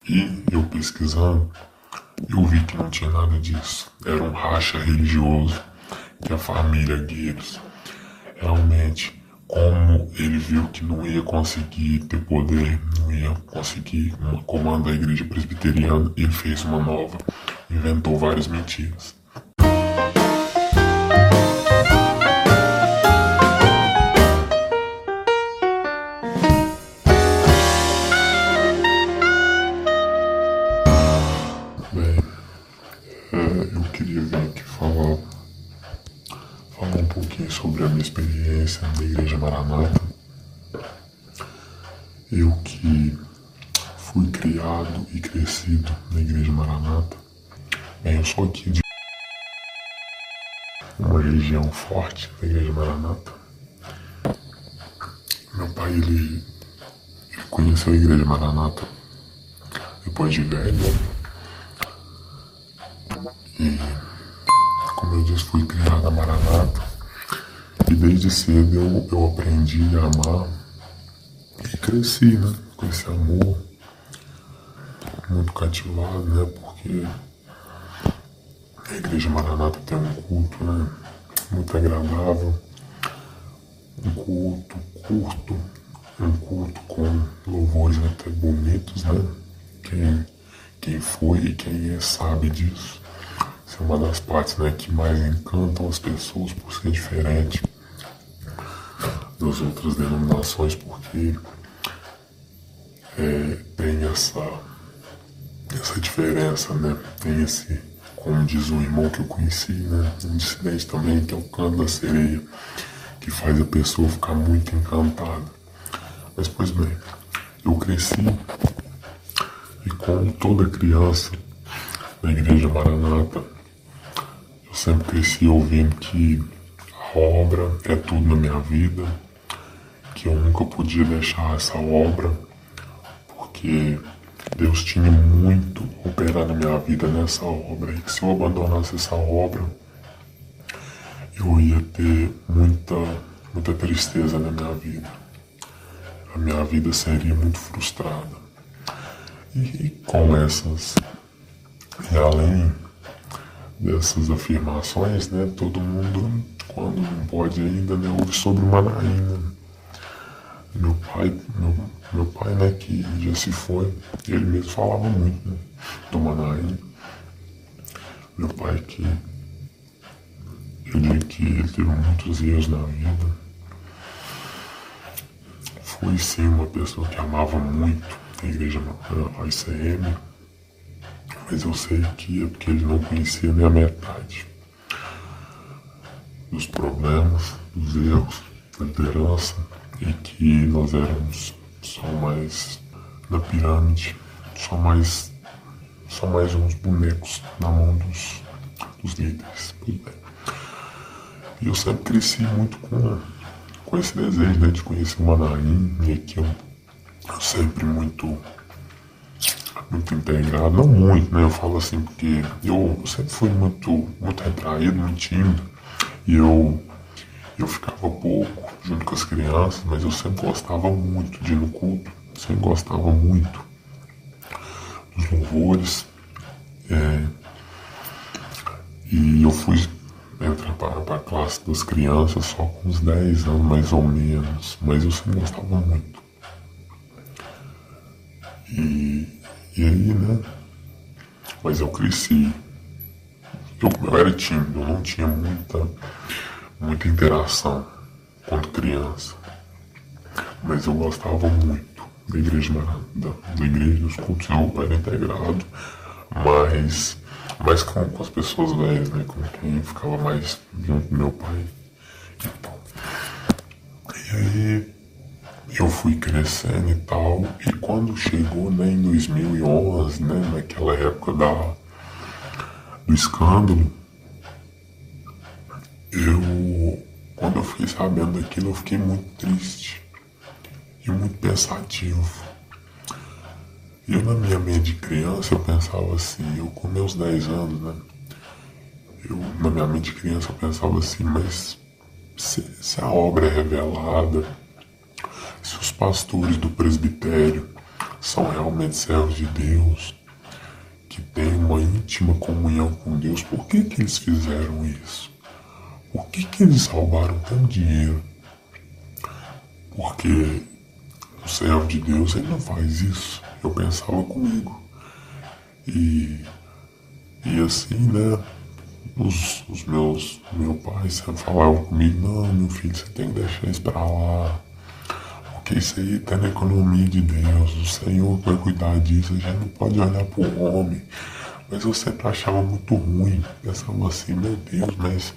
E eu pesquisando, eu vi que não tinha nada disso. Era um racha religioso que a família Gueiros realmente, como ele viu que não ia conseguir ter poder, não ia conseguir comandar a igreja presbiteriana, ele fez uma nova, inventou várias mentiras. Bem, eu queria vir aqui falar um pouquinho sobre a minha experiência na Igreja Maranata. Eu que fui criado e crescido na Igreja Maranata. Bem, eu sou aqui de uma religião forte da Igreja Maranata. Meu pai, ele conheceu a Igreja Maranata depois de velho. E, como eu disse, fui criado na Maranata. E desde cedo eu aprendi a amar e cresci, né? Com esse amor muito cativado, né? Porque a Igreja Maranata tem um culto, né? Muito agradável. Um culto curto, um culto com louvores até bonitos, né? Quem foi e quem é sabe disso. Essa é uma das partes, né, que mais encantam as pessoas por ser diferente das outras denominações, porque tem essa diferença, né? Tem esse, como diz o irmão que eu conheci, né? Um dissidente também, que é o canto da sereia, que faz a pessoa ficar muito encantada. Mas, pois bem, eu cresci e, como toda criança na Igreja Maranata, eu sempre cresci ouvindo que a obra é tudo na minha vida, que eu nunca podia deixar essa obra, porque Deus tinha muito a operar na minha vida nessa obra, e que se eu abandonasse essa obra, eu ia ter muita tristeza na minha vida. A minha vida seria muito frustrada. E com essas, e além dessas afirmações, né, todo mundo, quando não pode ainda, né, ouve sobre o Manaim, né? Meu pai, né, que já se foi, ele mesmo falava muito, né, do Manaim. Meu pai eu digo que ele teve muitos erros na vida. Fui sim uma pessoa que amava muito a igreja, a ICM, mas eu sei que é porque ele não conhecia nem a metade dos problemas, dos erros da liderança, e que nós éramos só mais da pirâmide, só mais uns bonecos na mão dos líderes. Pois bem. E eu sempre cresci muito com esse desejo, né, de conhecer o Manaim, e que eu sempre muito integrado, não muito, né, eu falo assim, porque eu sempre fui muito retraído, muito tímido, e eu ficava pouco junto com as crianças, mas eu sempre gostava muito de ir no culto, sempre gostava muito dos louvores, e eu fui entrar para a classe das crianças só com uns 10 anos, mais ou menos, mas eu sempre gostava muito. E aí, né, mas eu cresci, eu era tímido, eu não tinha muita interação quando criança, mas eu gostava muito da igreja, da igreja dos cultos. Eu era integrado, mas com as pessoas velhas, né, com quem ficava mais junto do meu pai e tal. E aí eu fui crescendo e tal, e quando chegou, né, em 2011, né, naquela época do escândalo, quando eu fiquei sabendo daquilo, eu fiquei muito triste e muito pensativo. Eu, na minha mente de criança, eu pensava assim, eu com meus 10 anos, né, na minha mente de criança, eu pensava assim, mas se a obra é revelada, se os pastores do presbitério são realmente servos de Deus, que têm uma íntima comunhão com Deus, por que que eles fizeram isso? Por que que eles salvaram tanto dinheiro? Porque o servo de Deus, ele não faz isso. Eu pensava comigo. E assim, né? Meu pai sempre falava comigo, não, meu filho, você tem que deixar isso pra lá. Porque isso aí tá na economia de Deus, o Senhor vai cuidar disso, a gente não pode olhar pro homem. Mas eu sempre achava muito ruim, pensava assim, meu Deus, mas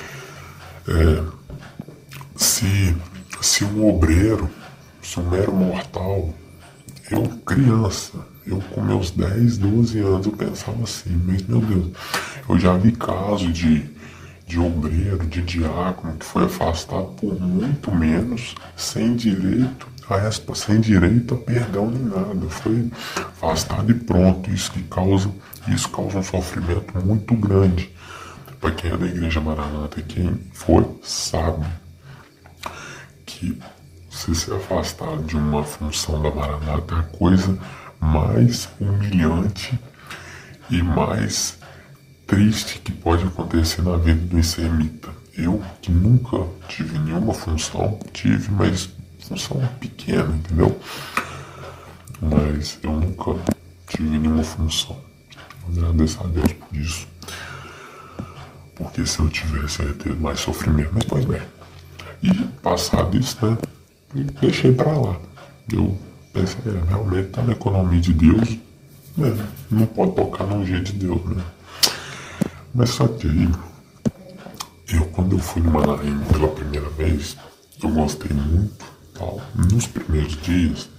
se um obreiro, se um mero mortal, eu criança, eu com meus 10, 12 anos, eu pensava assim, mas meu Deus, eu já vi casos de obreiro, de diácono, que foi afastado por muito menos, sem direito a perdão nem nada, foi afastado e pronto. Isso causa um sofrimento muito grande. Para quem é da Igreja Maranata, quem for, sabe que você ser afastado de uma função da Maranata é a coisa mais humilhante e mais triste que pode acontecer na vida do israelita. Eu, que nunca tive nenhuma função, mas função pequena, entendeu? Mas eu nunca tive nenhuma função. Agradeço a Deus por isso. Porque se eu tivesse, eu ia ter mais sofrimento. Mas, pois bem. E passado isso, né? Deixei pra lá. Eu pensei, realmente tá na economia de Deus. Né? Não pode tocar no jeito de Deus, né? Mas só que aí, quando eu fui no Manaim pela primeira vez, eu gostei muito, tal. Nos primeiros dias,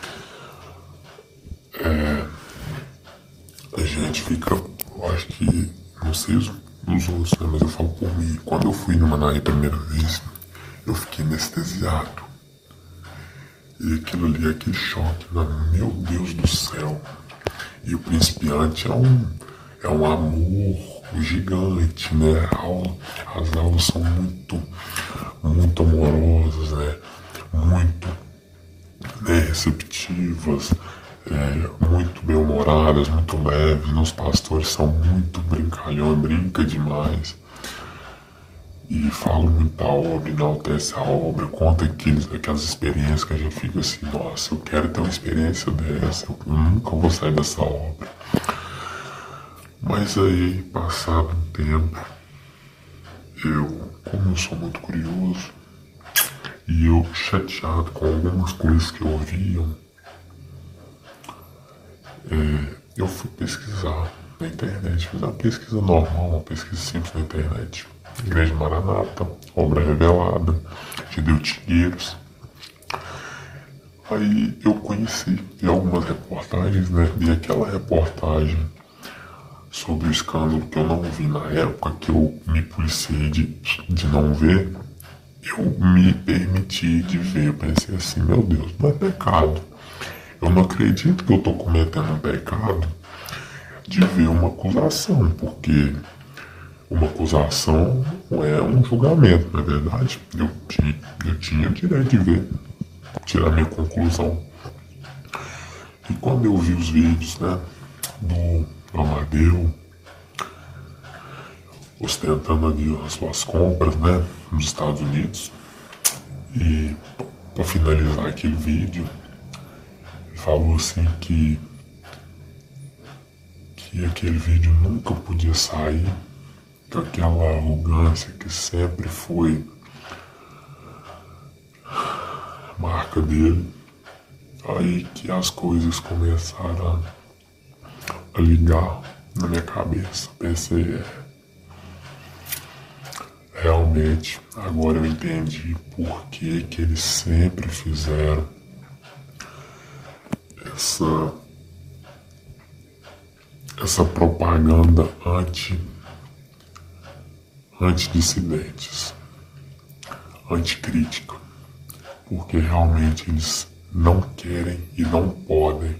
a gente fica, eu acho que, não sei os outros, né, mas eu falo por mim. Quando eu fui no Manaim a primeira vez, eu fiquei anestesiado. E aquilo ali, aquele choque, né? Meu Deus do céu. E o principiante é um amor gigante, né? As aulas são muito amorosas, né? Muito, né, receptivas, muito bem-humoradas, muito leves. Os pastores são muito brincalhões, brinca demais. E fala muito da obra, enaltece a obra, conta aquelas experiências que a gente fica assim, nossa, eu quero ter uma experiência dessa, eu nunca vou sair dessa obra. Mas aí, passado um tempo, como eu sou muito curioso, e eu chateado com algumas coisas que eu ouvia, eu fui pesquisar na internet, fiz uma pesquisa normal, uma pesquisa simples na internet. Igreja Maranata, Obra Revelada, Gideon Tigueiros. Aí eu vi algumas reportagens, né? Vi aquela reportagem sobre o escândalo que eu não vi na época, que eu me policiei de não ver. Eu me permiti de ver, eu pensei assim, meu Deus, não é pecado. Eu não acredito que eu estou cometendo um pecado de ver uma acusação, porque uma acusação é um julgamento, não é verdade? Eu tinha o direito de ver, tirar minha conclusão. E quando eu vi os vídeos, né, do Amadeu ostentando ali as suas compras, né, nos Estados Unidos, e para finalizar aquele vídeo, ele falou assim que aquele vídeo nunca podia sair, com aquela arrogância que sempre foi marca dele. Aí que as coisas começaram a ligar na minha cabeça. Pensei, realmente, agora eu entendi por que eles sempre fizeram essa propaganda antidissidentes, anticrítica, porque realmente eles não querem e não podem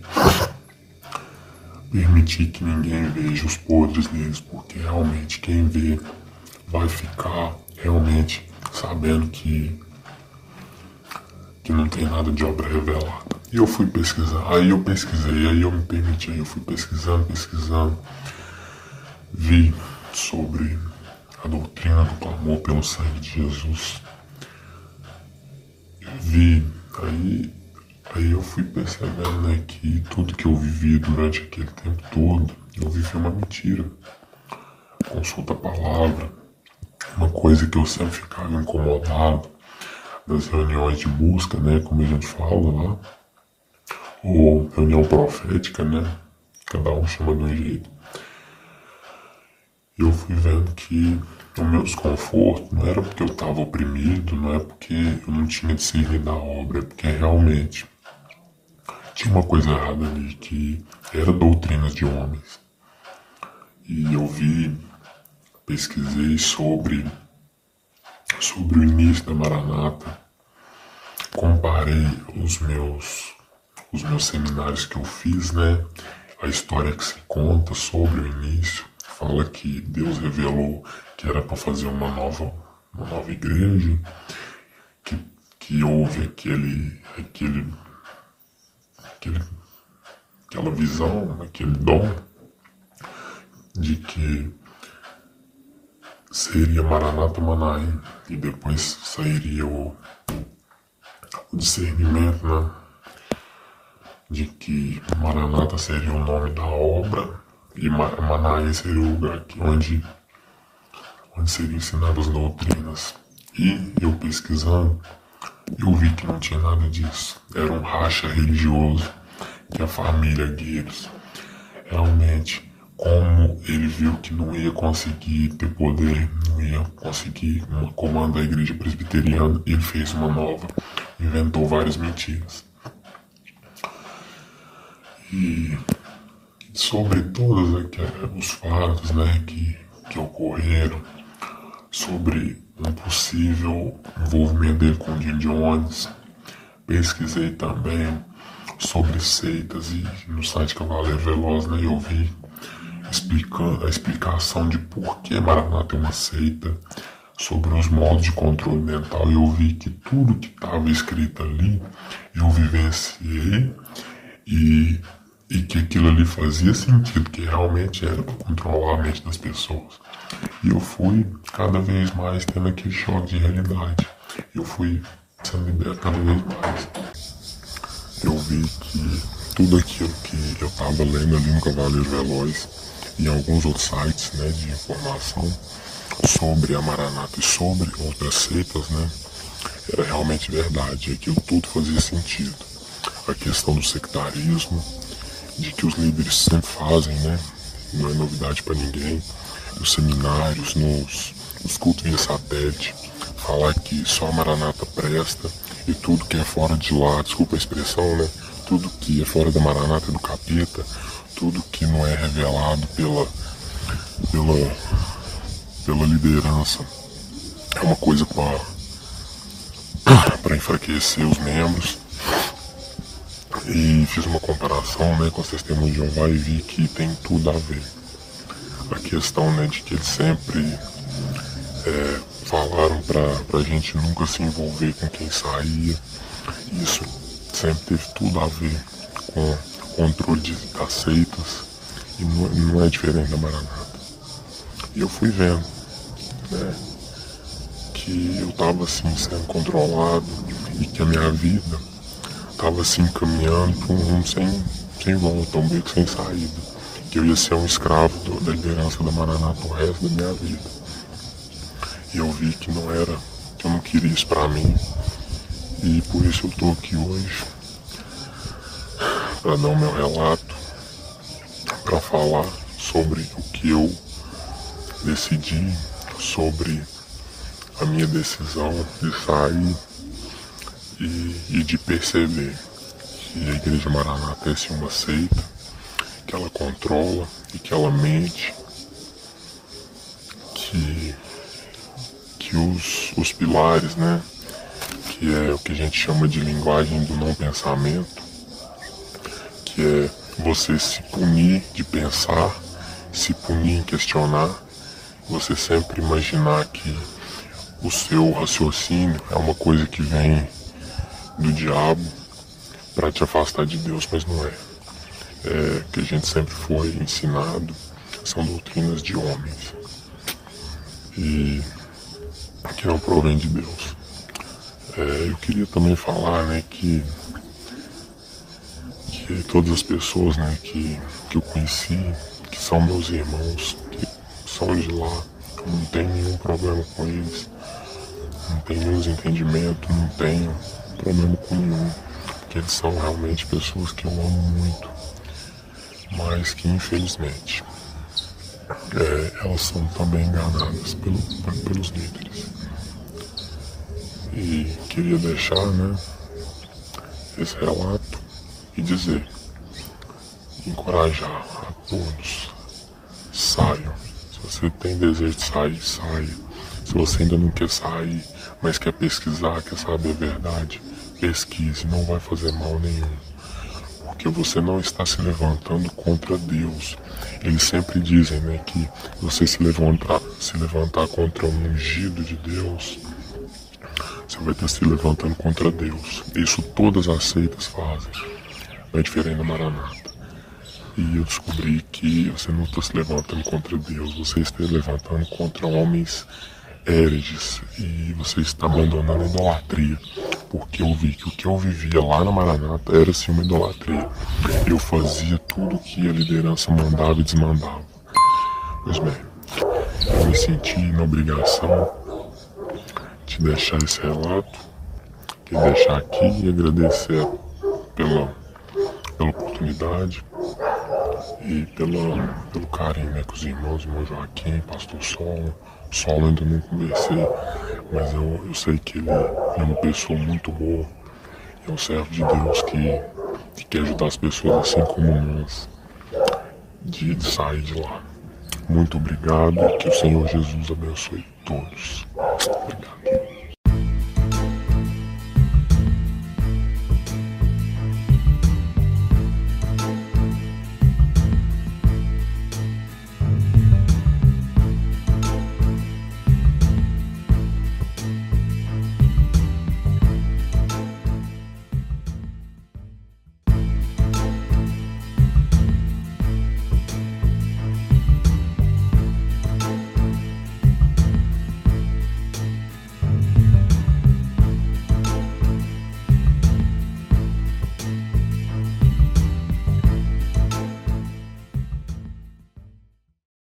permitir que ninguém veja os podres deles, porque realmente quem vê vai ficar realmente sabendo que não tem nada de obra revelada. E eu fui pesquisar, aí eu pesquisei, aí eu me permiti, aí eu fui pesquisando, vi sobre a doutrina do clamor pelo sangue de Jesus. Vi, aí eu fui percebendo, né, que tudo que eu vivi durante aquele tempo todo, eu vivi uma mentira. Consulta a palavra, uma coisa que eu sempre ficava incomodado nas reuniões de busca, né, como a gente fala lá, ou reunião profética, né, cada um chama de um jeito. Eu fui vendo que o meu desconforto não era porque eu estava oprimido, não é porque eu não tinha discernido da obra, é porque realmente tinha uma coisa errada ali, que era doutrinas de homens. E eu pesquisei sobre o início da Maranata, comparei os meus seminários que eu fiz, né? A história que se conta sobre o início, fala que Deus revelou que era para fazer uma nova igreja, que houve aquela visão, aquele dom de que seria Maranata Manaim e depois sairia o discernimento, né, de que Maranata seria o nome da obra e Manaim seria o lugar onde seriam ensinadas as doutrinas. E eu pesquisando, eu vi que não tinha nada disso. Era um racha religioso que a família Gueiros realmente, como ele viu que não ia conseguir ter poder, não ia conseguir comandar a igreja presbiteriana, ele fez uma nova, inventou várias mentiras. E sobre todos os fatos, né, que ocorreram, sobre um possível envolvimento dele com Jim Jones, pesquisei também sobre seitas e no site Cavaleiro Veloz, né, eu vi explicando a explicação de por que Maranata é uma seita, sobre os modos de controle mental, e eu vi que tudo que estava escrito ali eu vivenciei e que aquilo ali fazia sentido, que realmente era para controlar a mente das pessoas. E eu fui cada vez mais tendo aquele choque de realidade. Eu fui sendo liberto cada vez mais. Eu vi que tudo aquilo que eu estava lendo ali no Cavaleiro Veloz e em alguns outros sites, né, de informação sobre a Maranata e sobre outras seitas, né, era realmente verdade. Aquilo tudo fazia sentido. A questão do sectarismo, de que os líderes sempre fazem, né, não é novidade para ninguém, nos seminários, nos cultos via satélite, falar que só a Maranata presta e tudo que é fora de lá, desculpa a expressão, né, tudo que é fora da Maranata é do capeta, tudo que não é revelado pela liderança é uma coisa para enfraquecer os membros. E fiz uma comparação, né, com as Testemunhas de Jeová e vi que tem tudo a ver. A questão, né, de que eles sempre falaram pra gente nunca se envolver com quem saía. Isso sempre teve tudo a ver com o controle das seitas e não é diferente da Maranata. E eu fui vendo, né, que eu tava assim sendo controlado e que a minha vida estava assim caminhando para um rumo sem volta, um beco sem saída. Que eu ia ser um escravo da liderança da Maranata o resto da minha vida. E eu vi que não era, que eu não queria isso para mim. E por isso eu tô aqui hoje para dar o meu relato, para falar sobre o que eu decidi, sobre a minha decisão de sair e de perceber que a Igreja Maranata é sim uma seita, que ela controla e que ela mente, que os pilares, né, que é o que a gente chama de linguagem do não pensamento, que é você se punir de pensar, se punir em questionar, você sempre imaginar que o seu raciocínio é uma coisa que vem do diabo, para te afastar de Deus, mas não é. É que a gente sempre foi ensinado, são doutrinas de homens e que não provém de Deus. Eu queria também falar, né, que todas as pessoas, né, que eu conheci, que são meus irmãos, que são de lá, não tenho nenhum problema com eles, não tenho nenhum desentendimento, não tenho problema com nenhum, porque eles são realmente pessoas que eu amo muito, mas que infelizmente elas são também enganadas pelos líderes. E queria deixar, né, esse relato e dizer, encorajar a todos, saiam. Se você tem desejo de sair, saia. Se você ainda não quer sair, mas quer pesquisar, quer saber a verdade, pesquise, não vai fazer mal nenhum. Porque você não está se levantando contra Deus. Eles sempre dizem, né, que você se levantar contra um ungido de Deus, você vai estar se levantando contra Deus. Isso todas as seitas fazem. Não é diferente da Maranata. E eu descobri que você não está se levantando contra Deus, você está se levantando contra homens hereges. E você está abandonando a idolatria. Porque eu vi que o que eu vivia lá na Maranata era sim uma idolatria. Eu fazia tudo que a liderança mandava e desmandava. Pois bem, eu me senti na obrigação de deixar esse relato, de deixar aqui e agradecer pela oportunidade e pelo carinho, né, com os irmãos, irmão Joaquim, pastor Solo. Solo ainda não conversei, mas eu sei que ele é uma pessoa muito boa, é um servo de Deus que quer ajudar as pessoas assim como nós, de sair de lá. Muito obrigado e que o Senhor Jesus abençoe todos. Obrigado.